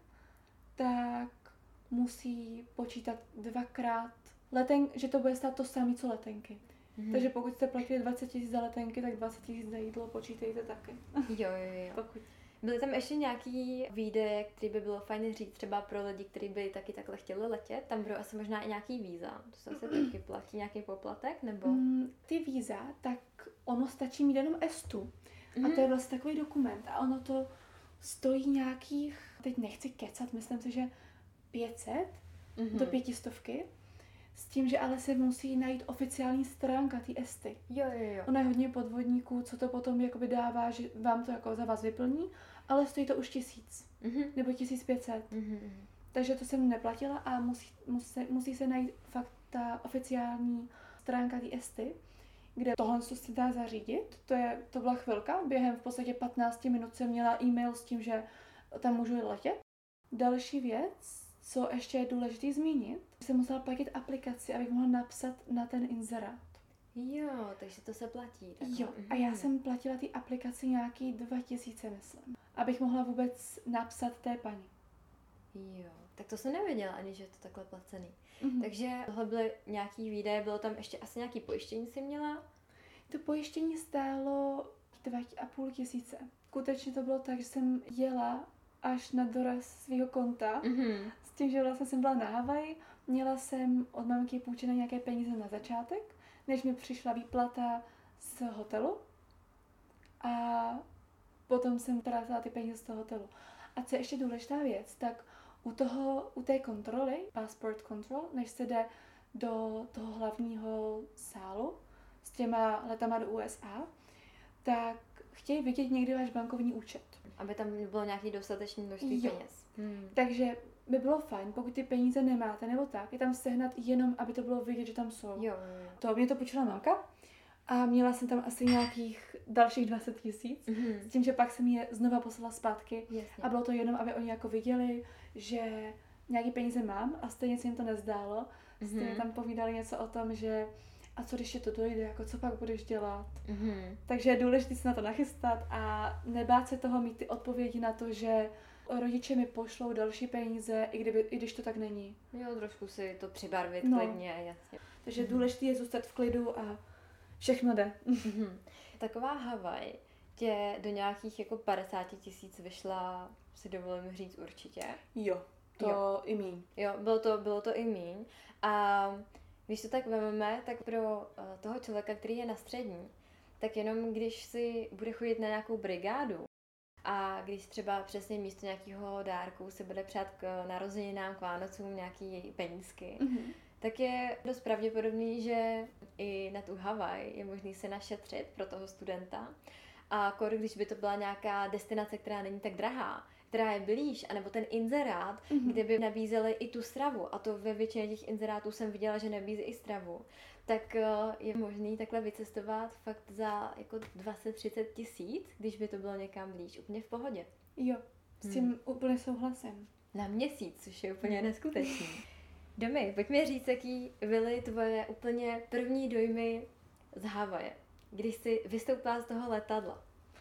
tak musí počítat dvakrát leten, že to bude stát to samé, co letenky. Mm-hmm. Takže pokud jste platili dvacet tisíc za letenky, tak dvacet tisíc za jídlo počítejte taky. Jo, jo, jo. Pokud... Byly tam ještě nějaký výdaje, který by bylo fajn říct třeba pro lidi, kteří by taky takhle chtěli letět? Tam budou asi možná i nějaký víza. To se asi taky platí, nějaký poplatek, nebo? Mm, ty víza, tak ono stačí mít jenom estu. Mm-hmm. A to je vlastně takový dokument. A ono to stojí nějakých, teď nechci kecat, myslím si, že pět set mm-hmm. do pětistovky. S tím, že ale se musí najít oficiální stránka té esty. Jo, jo, jo. Ona je hodně podvodníků, co to potom jakoby dává, že vám to jako za vás vyplní, ale stojí to už tisíc. Mm-hmm. Nebo tisíc pět set. Mm-hmm. takže to jsem neplatila a musí, musí, musí se najít fakt ta oficiální stránka té Esty, kde tohle se dá zařídit. To, je, to byla chvilka, během v podstatě patnáct minut jsem měla e-mail s tím, že tam můžu letět. Další věc, co ještě je důležité zmínit, jsem musela platit aplikaci, abych mohla napsat na ten inzerát. Jo, takže to se platí. Takhle. Jo, a já jsem platila ty aplikaci nějaký dva tisíce, myslím, abych mohla vůbec napsat té paní. Jo, tak to jsem nevěděla ani, že je to takhle placený. Mhm. Takže tohle byly nějaký výdaje, bylo tam ještě asi nějaký pojištění si měla? To pojištění stálo dva a půl tisíce. Skutečně to bylo tak, že jsem jela až na doraz svého konta, Mhm. s tím, že vlastně jsem byla na Havaji, měla jsem od mamky půjčené nějaké peníze na začátek, než mi přišla výplata z hotelu a potom jsem vrátila ty peníze z toho hotelu. A co je ještě důležitá věc, tak u, toho, u té kontroly, passport control, než se jde do toho hlavního sálu s těma letama do U S A, tak chtějí vidět někdy váš bankovní účet. Aby tam bylo nějaký dostatečný množství Jo. peněz. Hmm. Takže by bylo fajn, pokud ty peníze nemáte nebo tak, je tam sehnat jenom, aby to bylo vidět, že tam jsou. Jo, jo, jo. To mě to počula mamka a měla jsem tam asi nějakých dalších dvacet tisíc, Mhm. s tím, že pak jsem je znova poslala zpátky Jasně. a bylo to jenom, aby oni jako viděli, že nějaký peníze mám a stejně se jim to nezdálo. Stejně Mhm. tam povídali něco o tom, že a co když je to dojde, jako co pak budeš dělat. Mhm. Takže je důležité se na to nachystat a nebát se toho mít ty odpovědi na to, že rodiče mi pošlou další peníze, i, kdyby, i když to tak není. Jo, trošku si to přibarvit No. klidně, jasně. Takže Mhm. důležité je zůstat v klidu a všechno jde. Mhm. Taková Havaj tě do nějakých jako padesát tisíc vyšla, si dovolím říct určitě. Jo, to Jo. i míň. Jo, bylo to, bylo to i míň. A když to tak vezmeme, tak pro uh, toho člověka, který je na střední, tak jenom když si bude chodit na nějakou brigádu a když třeba přesně místo nějakého dárku se bude přát k narozeninám, k Vánocům nějaký penízky, Mhm. tak je dost pravděpodobný, že i na tu Havaj je možný se našetřit pro toho studenta. A kor, když by to byla nějaká destinace, která není tak drahá, která je blíž, anebo ten inzerát, Mhm. kde by nabízeli i tu stravu, a to ve většině těch inzerátů jsem viděla, že nabízí i stravu, tak eh, je možný takhle vycestovat fakt za jako dvacet třicet tisíc, když by to bylo někam blíž, úplně v pohodě. Jo, s tím úplně souhlasím. Na měsíc, což je úplně neskutečný. Domy, pojď mi říct, jaký byly tvoje úplně první dojmy z Havaje, když jsi vystoupila z toho letadla.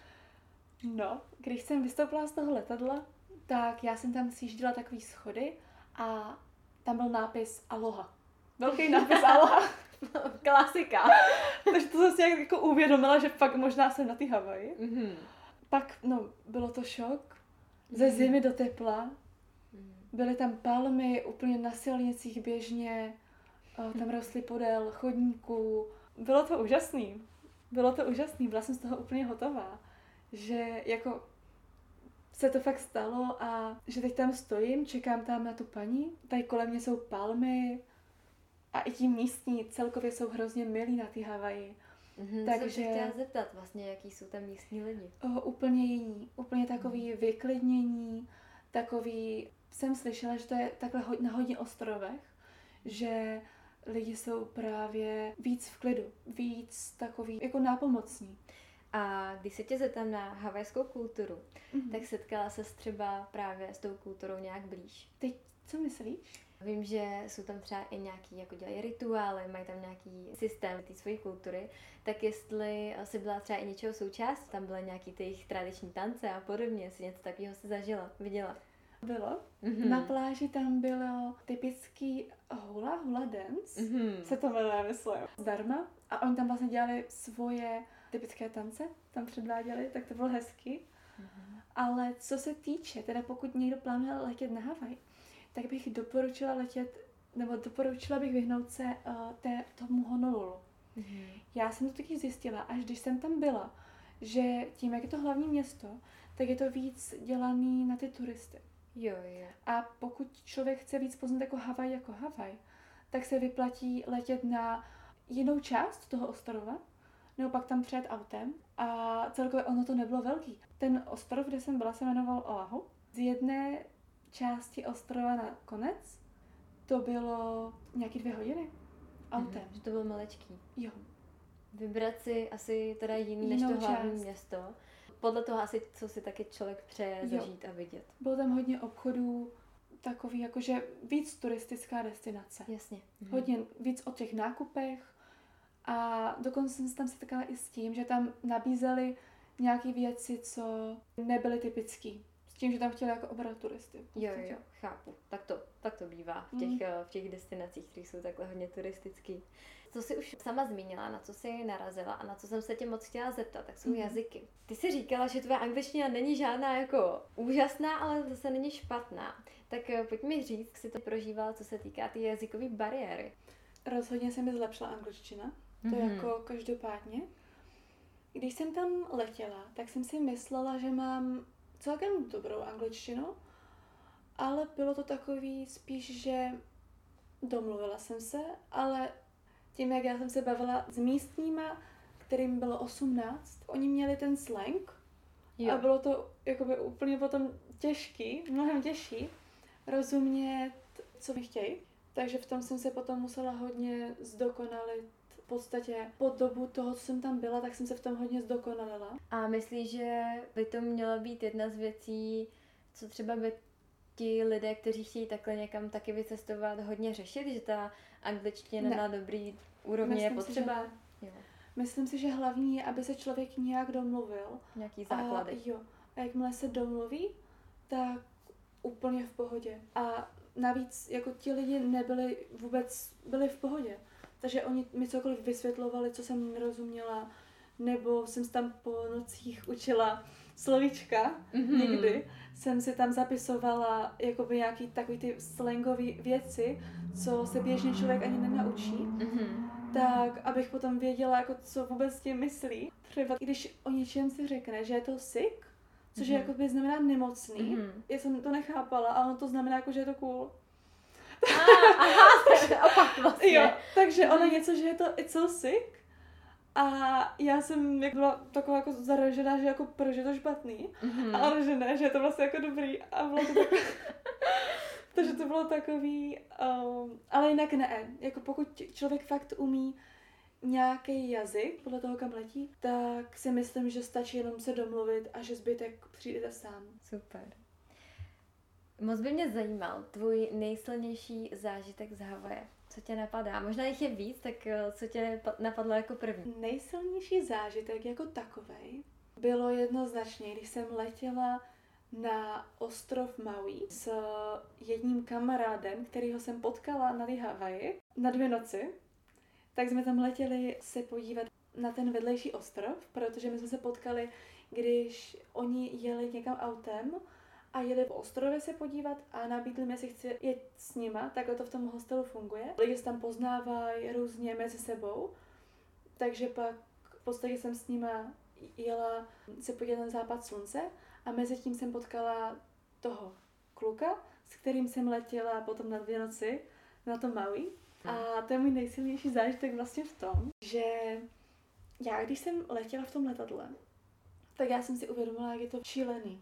No, když jsem vystoupila z toho letadla, tak já jsem tam sjížděla takový schody a tam byl nápis Aloha. Velký nápis Aloha. Klasika. Takže to jsem si nějak jako uvědomila, že fakt možná jsem na ty Havaji. Mhm. Pak, no, bylo to šok. Ze zimy do tepla. Byly tam palmy úplně na silnicích běžně. o, Tam rostly podél chodníků. Bylo to úžasný. Bylo to úžasný. Byla jsem z toho úplně hotová. Že jako se to fakt stalo a že teď tam stojím, čekám tam na tu paní. Tady kolem mě jsou palmy a i ti místní celkově jsou hrozně milí na ty Havaji. Mhm, Takže- jsem se chtěla zeptat vlastně, jaký jsou tam místní lidi. O, úplně jiní, úplně takový vyklidnění, takový, jsem slyšela, že to je takhle ho- na hodně ostrovech, že lidi jsou právě víc v klidu, víc takový jako nápomocní. A když se tě zeptám na havajskou kulturu, Mhm. tak setkala ses třeba právě s tou kulturou nějak blíž. Teď, co myslíš? Vím, že jsou tam třeba i nějaký, jako dělají rituály, mají tam nějaký systém té své kultury, tak jestli jsi byla třeba i něčeho součástí, tam byly nějaký ty jejich tradiční tance a podobně, jestli něco takového si zažila, viděla. Bylo. Mhm. Na pláži tam bylo typický hula, hula dance, Mhm. se to jmenuje, myslím, zdarma. A oni tam vlastně dělali svoje typické tance, tam předváděli, tak to bylo hezky. Mhm. Ale co se týče, teda pokud někdo plánuje letět na Havaj, tak bych doporučila letět, nebo doporučila bych vyhnout se uh, té, tomu Honolulu. Mhm. Já jsem to taky zjistila, až když jsem tam byla, že tím, jak je to hlavní město, tak je to víc dělaný na ty turisty. Jo, jo. A pokud člověk chce víc poznat jako Havaj jako Havaj, tak se vyplatí letět na jinou část toho ostrova, nebo pak tam přijet autem. A celkově ono to nebylo velký. Ten ostrov, kde jsem byla, se jmenoval Oahu. Z jedné části ostrova na konec, to bylo nějaký dvě hodiny autem. Mhm, že to bylo malečký. Jo. Vybrat si asi teda jiný než Jinou to hlavní část. město. Podle toho asi, co si taky člověk přeje Jo. zažít a vidět. Bylo tam hodně obchodů, takový jakože víc turistická destinace. Jasně. Mhm. Hodně víc o těch nákupech a dokonce jsem se tam setkala i s tím, že tam nabízeli nějaké věci, co nebyly typické. S tím, že tam chtěli jako obrat turisty. Jo, jo, jo, chápu. Tak to, tak to bývá v těch, Mm. v těch destinacích, které jsou takhle hodně turistický. Co jsi už sama zmínila, na co jsi narazila a na co jsem se tě moc chtěla zeptat, tak jsou Mhm. jazyky. Ty jsi říkala, že tvoje angličtina není žádná jako úžasná, ale zase není špatná. Tak eh, pojď mi říct, jak jsi to prožívala, co se týká ty jazykové bariéry. Rozhodně se mi zlepšila angličtina, to Mhm. jako každopádně. Když jsem tam letěla, tak jsem si myslela, že mám celkem dobrou angličtinu, ale bylo to takový spíš, že domluvila jsem se, ale tím, jak já jsem se bavila s místníma, kterým bylo osmnáct, oni měli ten slang a bylo to jakoby úplně potom těžký, mnohem těžší rozumět, co mi chtějí. Takže v tom jsem se potom musela hodně zdokonalit. V podstatě po dobu toho, co jsem tam byla, tak jsem se v tom hodně zdokonalila. A myslíš, že by to měla být jedna z věcí, co třeba by ti lidé, kteří chtějí takhle někam taky vycestovat, hodně řešit, že ta angličtina Ne. na dobrý úrovni Myslím je si, že potřeba? ne. Jo, Myslím si, že hlavní je, aby se člověk nějak domluvil. nějaký základy. A jo, a jakmile se domluví, tak úplně v pohodě. A navíc jako ti lidi nebyli vůbec, byli v pohodě. Takže oni mi cokoliv vysvětlovali, co jsem nerozuměla, nebo jsem se tam po nocích učila slovíčka, Mhm. někdy. Jsem si tam zapisovala jakoby nějaký takový ty slangové věci, co se běžně člověk ani nenaučí. Mhm. Tak, abych potom věděla, jako, co vůbec tím myslí. Třeba když o něčem si řekne, že je to sick, což je Mhm. jakoby znamená nemocný, Mhm. já jsem to nechápala, a ono to znamená, jako, že je to cool. Ah, aha, takže opak vlastně. Jo, takže ono něco, že je to it's so sick. A já jsem jak byla taková jako zaražená, že jako proč je to špatný. Mhm. A ono, že ne, že je to vlastně jako dobrý. A bylo to takové... Takže to bylo takový... Um, ale jinak ne. Jako pokud člověk fakt umí nějaký jazyk, podle toho, kam letí, tak si myslím, že stačí jenom se domluvit a že zbytek přijde sám. Super. Moc by mě zajímal tvůj nejsilnější zážitek z Havaje. Co tě napadá? Možná jich je víc, tak eh, co tě pa- napadlo jako první? Nejsilnější zážitek jako takovej bylo jednoznačně, když jsem letěla na ostrov Maui s jedním kamarádem, kterýho jsem potkala na té Havaji na dvě noci. Tak jsme tam letěli se podívat na ten vedlejší ostrov, protože my jsme se potkali, když oni jeli někam autem a jeli po ostrově se podívat a nabídli mi, jestli chci jet s nima, takhle to v tom hostelu funguje. Lidi se tam poznávají různě mezi sebou, takže pak v podstatě jsem s nima jela se podívat na západ slunce a mezi tím jsem potkala toho kluka, s kterým jsem letěla potom na dvě noci na to Maui. A to je můj nejsilnější zážitek vlastně v tom, že já, když jsem letěla v tom letadle, tak já jsem si uvědomila, jak je to šílený.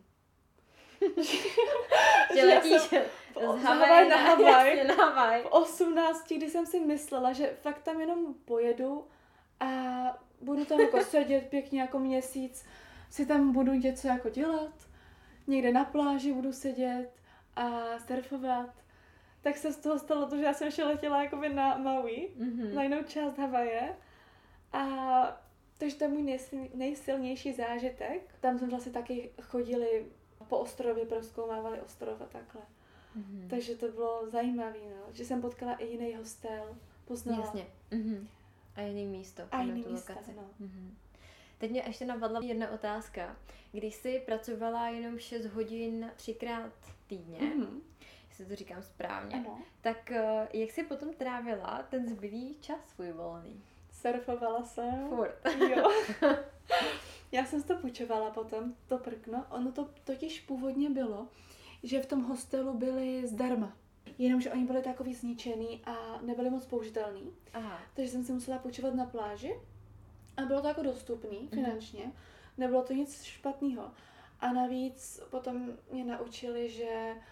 Že letíš z Havaje na Havaj. Na Havaj. V osmnácti, kdy jsem si myslela, že fakt tam jenom pojedu a budu tam jako sedět pěkně jako měsíc, si tam budu něco jako dělat, někde na pláži budu sedět a surfovat. Tak se z toho stalo to, že já jsem ještě letěla jakoby na Maui, Mhm. na jinou část Havaje. A takže to je můj nejsil, nejsilnější zážitek. Tam jsme vlastně taky chodili po ostrově, prozkoumávali ostrov a takhle. Mhm. Takže to bylo zajímavé, no. Že jsem potkala i jiný hostel, poznala. Jasně. Mhm. A jiný místo. A jinou jiný tu místa, lokaci. no. Mhm. Teď mě ještě napadla jedna otázka. Když jsi pracovala jenom šest hodin třikrát týdně, Mhm. jestli to říkám správně, Ano. tak eh, jak jsi potom trávila ten zbylý čas svůj volný? Surfovala jsem. Furt. Jo. Já jsem si to půjčovala potom, to prkno. Ono to totiž původně bylo, že v tom hostelu byly zdarma. Jenomže oni byli takový zničený a nebyli moc použitelný. Aha. Takže jsem si musela půjčovat na pláži a bylo to jako dostupný finančně. Mm-hmm. Nebylo to nic špatného. A navíc potom mě naučili, že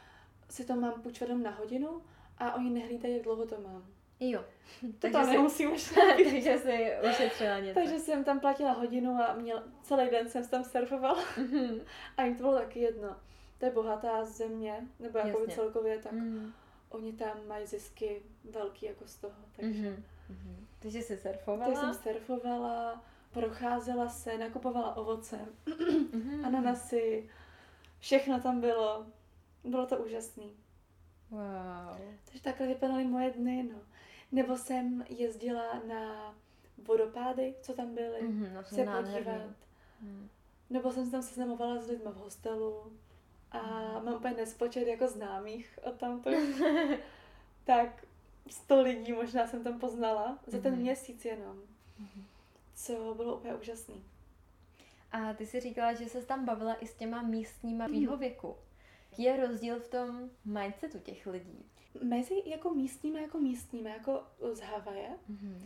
si to mám půjčovat na hodinu a oni nehlídají, jak dlouho to mám. Jo. To tam nemusím už. Takže si ušetřila něco. Takže jsem tam platila hodinu a měla, celý den jsem tam surfovala. Mm-hmm. A jim to bylo taky jedno. To je bohatá země, nebo jako celkově, tak mm. oni tam mají zisky velký jako z toho. Takže, mm-hmm. takže jsi surfovala? Takže jsem surfovala, procházela se, nakupovala ovoce, mm-hmm. ananasy, všechno tam bylo. Bylo to úžasný. Wow. Takže takhle vypadaly moje dny, no. Nebo jsem jezdila na vodopády, co tam byly, mm-hmm, no, se podívat. Mm. Nebo jsem se tam seznamovala s lidmi v hostelu a mm. mám úplně nespočet jako známých od tamto. Tak sto lidí možná jsem tam poznala za ten mm-hmm. měsíc jenom, mm-hmm. co bylo úplně úžasný. A ty jsi říkala, že ses tam bavila i s těma místníma tvýho mm. věku. Jaký je rozdíl v tom mindsetu těch lidí? Mezi jako místními, jako místními, jako z Havaje, mm-hmm.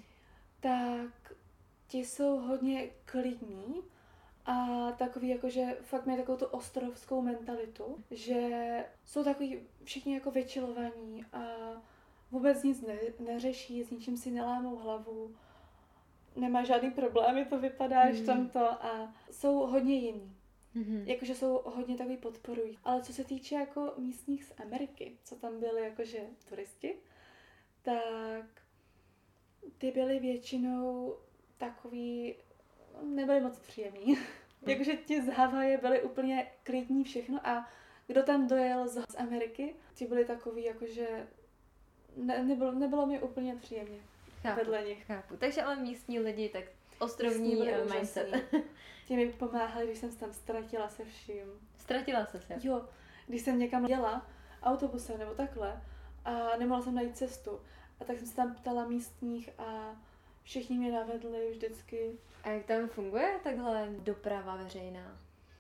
tak ti jsou hodně klidní a takový jako, že fakt mají takovou tu ostrovskou mentalitu, že jsou takový všichni jako vyčilovaní a vůbec nic ne, neřeší, s ničím si nelámou hlavu, nemá žádný problémy, to vypadá, mm. tam to a jsou hodně jiní. Mm-hmm. Jakože jsou hodně takový podporují. Ale co se týče jako místních z Ameriky, co tam byli jakože turisti, tak ty byli většinou takový, nebyli moc příjemní. Mm. Jakože ti z Havaje byli úplně klidní všechno a kdo tam dojel z Ameriky, ti byli takový jakože ne, nebylo, nebylo mi úplně příjemně. Chápu, vedle nich. Chápu. Takže ale místní lidi, tak ostrovní mindset. Ti mi pomáhali, když jsem se tam ztratila se vším. Ztratila se se? Jo, když jsem někam jela autobusem nebo takhle a nemohla jsem najít cestu. A tak jsem se tam ptala místních a všichni mě navedli vždycky. A jak tam funguje takhle doprava veřejná?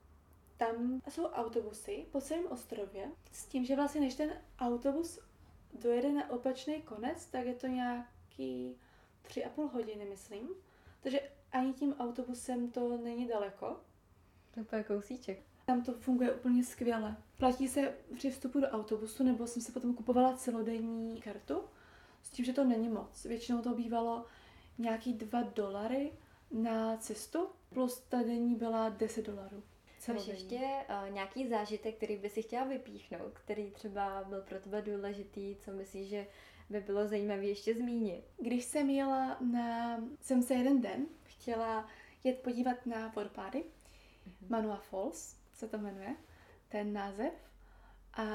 Tam jsou autobusy po celém ostrově s tím, že vlastně než ten autobus dojede na opačný konec, tak je to nějaký tři a půl hodiny, myslím. Takže ani tím autobusem to není daleko. To je kousíček. Tam to funguje úplně skvěle. Platí se při vstupu do autobusu, nebo jsem si potom kupovala celodenní kartu, s tím, že to není moc. Většinou to bývalo nějaký dva dolary na cestu, plus ta denní byla deset dolarů. Máš ještě uh, nějaký zážitek, který by si chtěla vypíchnout, který třeba byl pro tebe důležitý, co myslíš, že by bylo zajímavé ještě zmínit? Když jsem jela na... jsem se jeden den chtěla jet podívat na vodopády, mm-hmm. Manua Falls se to jmenuje, ten název. A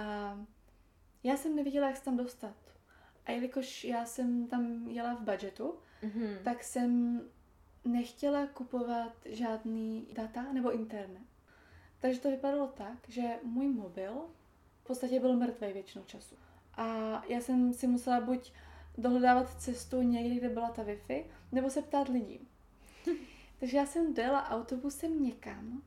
já jsem nevěděla, jak se tam dostat. A jelikož já jsem tam jela v budgetu, mm-hmm. tak jsem nechtěla kupovat žádný data nebo internet. Takže to vypadalo tak, že můj mobil v podstatě byl mrtvý většinou času. A já jsem si musela buď dohledávat cestu někde, kde byla ta Wi-Fi, nebo se ptát lidí. Takže já jsem dojela autobusem někam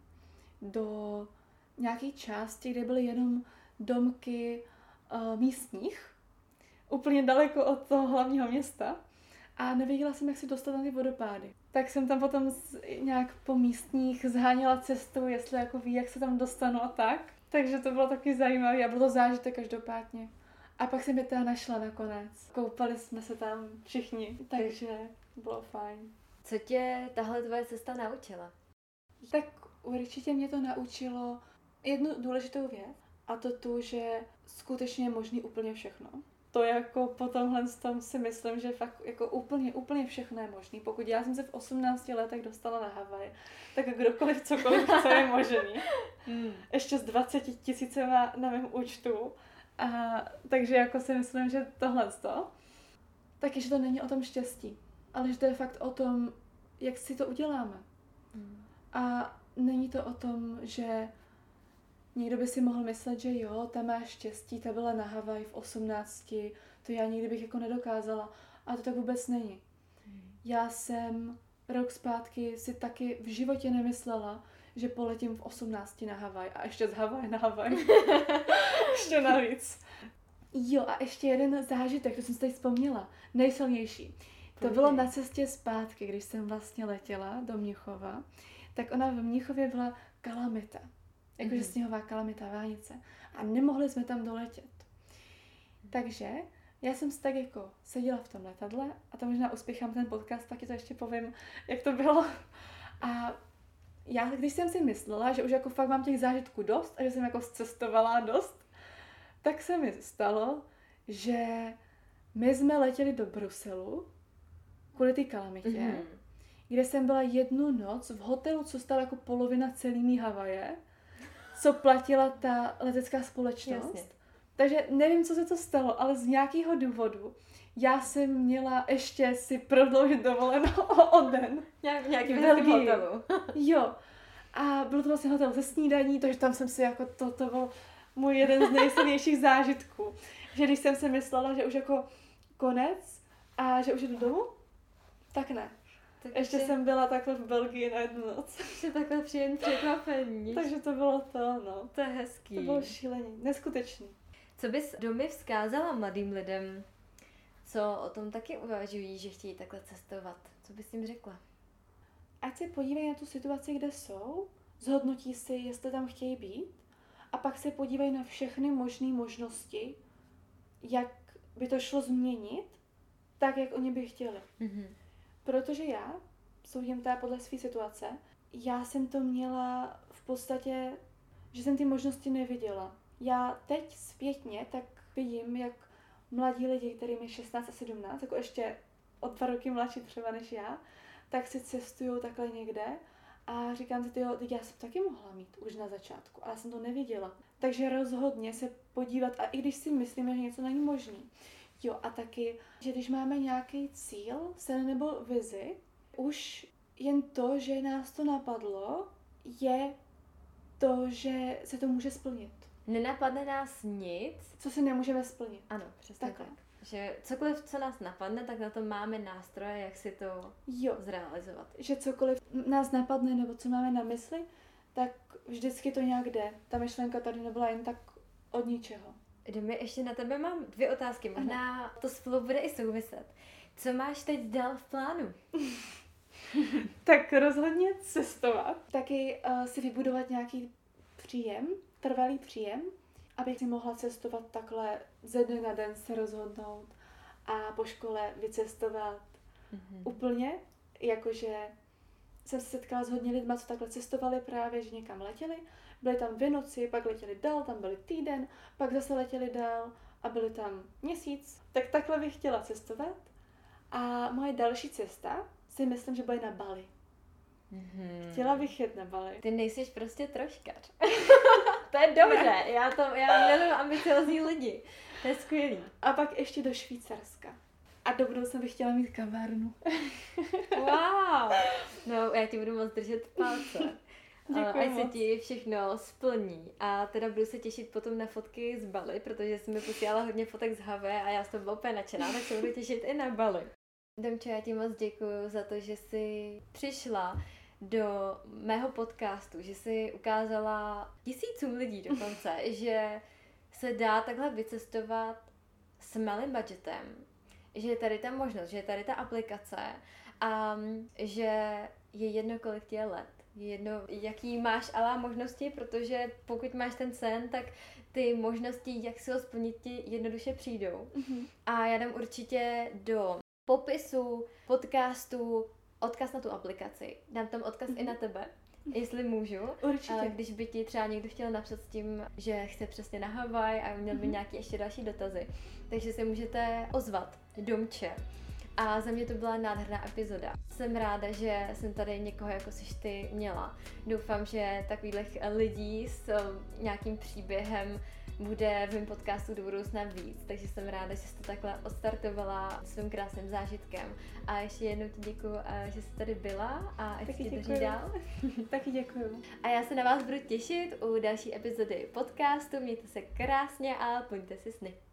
do nějaké části, kde byly jenom domky uh, místních, úplně daleko od toho hlavního města. A nevěděla jsem, jak se dostat na ty vodopády. Tak jsem tam potom nějak po místních zháněla cestu, jestli jako ví, jak se tam dostanu a tak. Takže to bylo taky zajímavé a bylo to zážitek každopádně. A pak jsem je teda našla nakonec. Koupali jsme se tam všichni, takže bylo fajn. Co tě tahle tvoje cesta naučila? Tak určitě mě to naučilo jednu důležitou věc, a to tu, že skutečně je možný úplně všechno. To jako po tomhle tom si myslím, že fakt jako úplně, úplně všechno je možný. Pokud já jsem se v osmnácti letech dostala na Havaj, tak kdokoliv cokoliv chce je možný. Hmm. Ještě s dvaceti tisícema na mém účtu. A, takže jako si myslím, že tohle to, taky, že to není o tom štěstí, ale že to je fakt o tom, jak si to uděláme. Hmm. A není to o tom, že někdo by si mohl myslet, že jo, ta má štěstí, ta byla na Havaji v osmnácti, to já nikdy bych jako nedokázala. A to tak vůbec není. Hmm. Já jsem rok zpátky si taky v životě nemyslela, že poletím v osmnácti na Havaj a ještě z Havaje na Havaj. Ještě navíc. Jo, a ještě jeden zážitek, to jsem si tady vzpomněla, nejsilnější. To bylo na cestě zpátky, když jsem vlastně letěla do Mnichova, tak ona v Mnichově byla kalamita. Jakože mm-hmm. sněhová kalamita, vánice. A nemohli jsme tam doletět. Takže já jsem si tak jako seděla v tom letadle a to možná uspěchám ten podcast, pak ti to ještě povím, jak to bylo. A já, když jsem si myslela, že už jako fakt mám těch zážitků dost a že jsem jako zcestovala dost, tak se mi stalo, že my jsme letěli do Bruselu kvůli té kalamitě, mm-hmm. kde jsem byla jednu noc v hotelu, co stala jako polovina celý Havaje, co platila ta letecká společnost. Jasně. Takže nevím, co se to stalo, ale z nějakého důvodu já jsem měla ještě si prodloužit dovolenou o den. Nějak, nějaký v hotelu. Jo. A byl to vlastně hotel ze snídaní, takže tam jsem si jako, to, to byl můj jeden z nejsilnějších zážitků. Že když jsem si myslela, že už jako konec a že už jdu domů, tak ne. Tak ještě že... jsem byla takhle v Belgii na jednu noc. Ještě takhle příjemný překvapení. Takže to bylo to, no. To je hezký. To bylo šílený, neskutečný. Co bys Domi vzkázala mladým lidem, co o tom taky uvažují, že chtějí takhle cestovat? Co bys jim řekla? Ať se podívají na tu situaci, kde jsou, zhodnotí si, jestli tam chtějí být a pak se podívají na všechny možné možnosti, jak by to šlo změnit, tak, jak oni by chtěli. Mm-hmm. Protože já, soudím teda podle své situace, já jsem to měla v podstatě, že jsem ty možnosti neviděla. Já teď zpětně tak vidím, jak mladí lidi, kterým je šestnáct a sedmnáct, jako ještě o dva roky mladší třeba než já, tak si cestují takhle někde a říkám si, tyjo, teď já jsem taky mohla mít už na začátku, ale jsem to neviděla. Takže rozhodně se podívat, a i když si myslíme, že něco není možný, jo, a taky, že když máme nějaký cíl, sen nebo vizi, už jen to, že nás to napadlo, je to, že se to může splnit. Nenapadne nás nic, co si nemůžeme splnit. Ano, přesně Takhle. tak. Že cokoliv, co nás napadne, tak na to máme nástroje, jak si to jo. zrealizovat. Že cokoliv nás napadne, nebo co máme na mysli, tak vždycky to nějak jde. Ta myšlenka tady nebyla jen tak od ničeho. Domi, ještě na tebe mám dvě otázky. Možná ano. to spolu bude i souviset. Co máš teď dál v plánu? Tak rozhodně cestovat. Taky uh, si vybudovat nějaký příjem, trvalý příjem, abych si mohla cestovat takhle ze dne na den, se rozhodnout a po škole vycestovat mm-hmm. úplně, jakože jsem se setkala s hodně lidma, co takhle cestovali právě, že někam letěli, byli tam dvě noci, pak letěli dál, tam byli týden, pak zase letěli dál a byli tam měsíc. Tak takhle bych chtěla cestovat a moje další cesta si myslím, že bude na Bali. Mm-hmm. Chtěla bych jet na Bali. Ty nejsiš prostě troškař. To je dobře, já, to, já miluji ambiciozní lidi. To je skvělý. A pak ještě do Švýcarska. A do budoucna bych chtěla mít kavárnu. Wow. No, já ti budu moc držet palce. Děkuji Ať se ti všechno splní. A teda budu se těšit potom na fotky z Bali, protože jsi mi posílala hodně fotek z Havé a já jsem byla úplně nadšená, tak se budu těšit i na Bali. Domčo, já ti moc děkuju za to, že jsi přišla do mého podcastu, že jsi ukázala tisícům lidí dokonce, že se dá takhle vycestovat s malým budgetem, že je tady ta možnost, že je tady ta aplikace a že je jedno, kolik ti je let. Je jedno, jaký máš ale možnosti, protože pokud máš ten sen, tak ty možnosti, jak si ho splnit, ti jednoduše přijdou. Mm-hmm. A já dám určitě do popisu podcastu odkaz na tu aplikaci. Dám tam odkaz mm-hmm. i na tebe, jestli můžu. Určitě. Když by ti třeba někdo chtěl napsat s tím, že chce přesně na Havaj a měl by mm-hmm. nějaké ještě další dotazy. Takže se můžete ozvat Domče. A za mě to byla nádherná epizoda. Jsem ráda, že jsem tady někoho jako jsi ty měla. Doufám, že takových lidí s nějakým příběhem bude v mém podcastu do budoucna víc, takže jsem ráda, že jsi to takhle odstartovala svým krásným zážitkem. A ještě jednou ti děkuju, že jsi tady byla a ať ti daří dál. Taky děkuju. A já se na vás budu těšit u další epizody podcastu. Mějte se krásně a plňte si sny.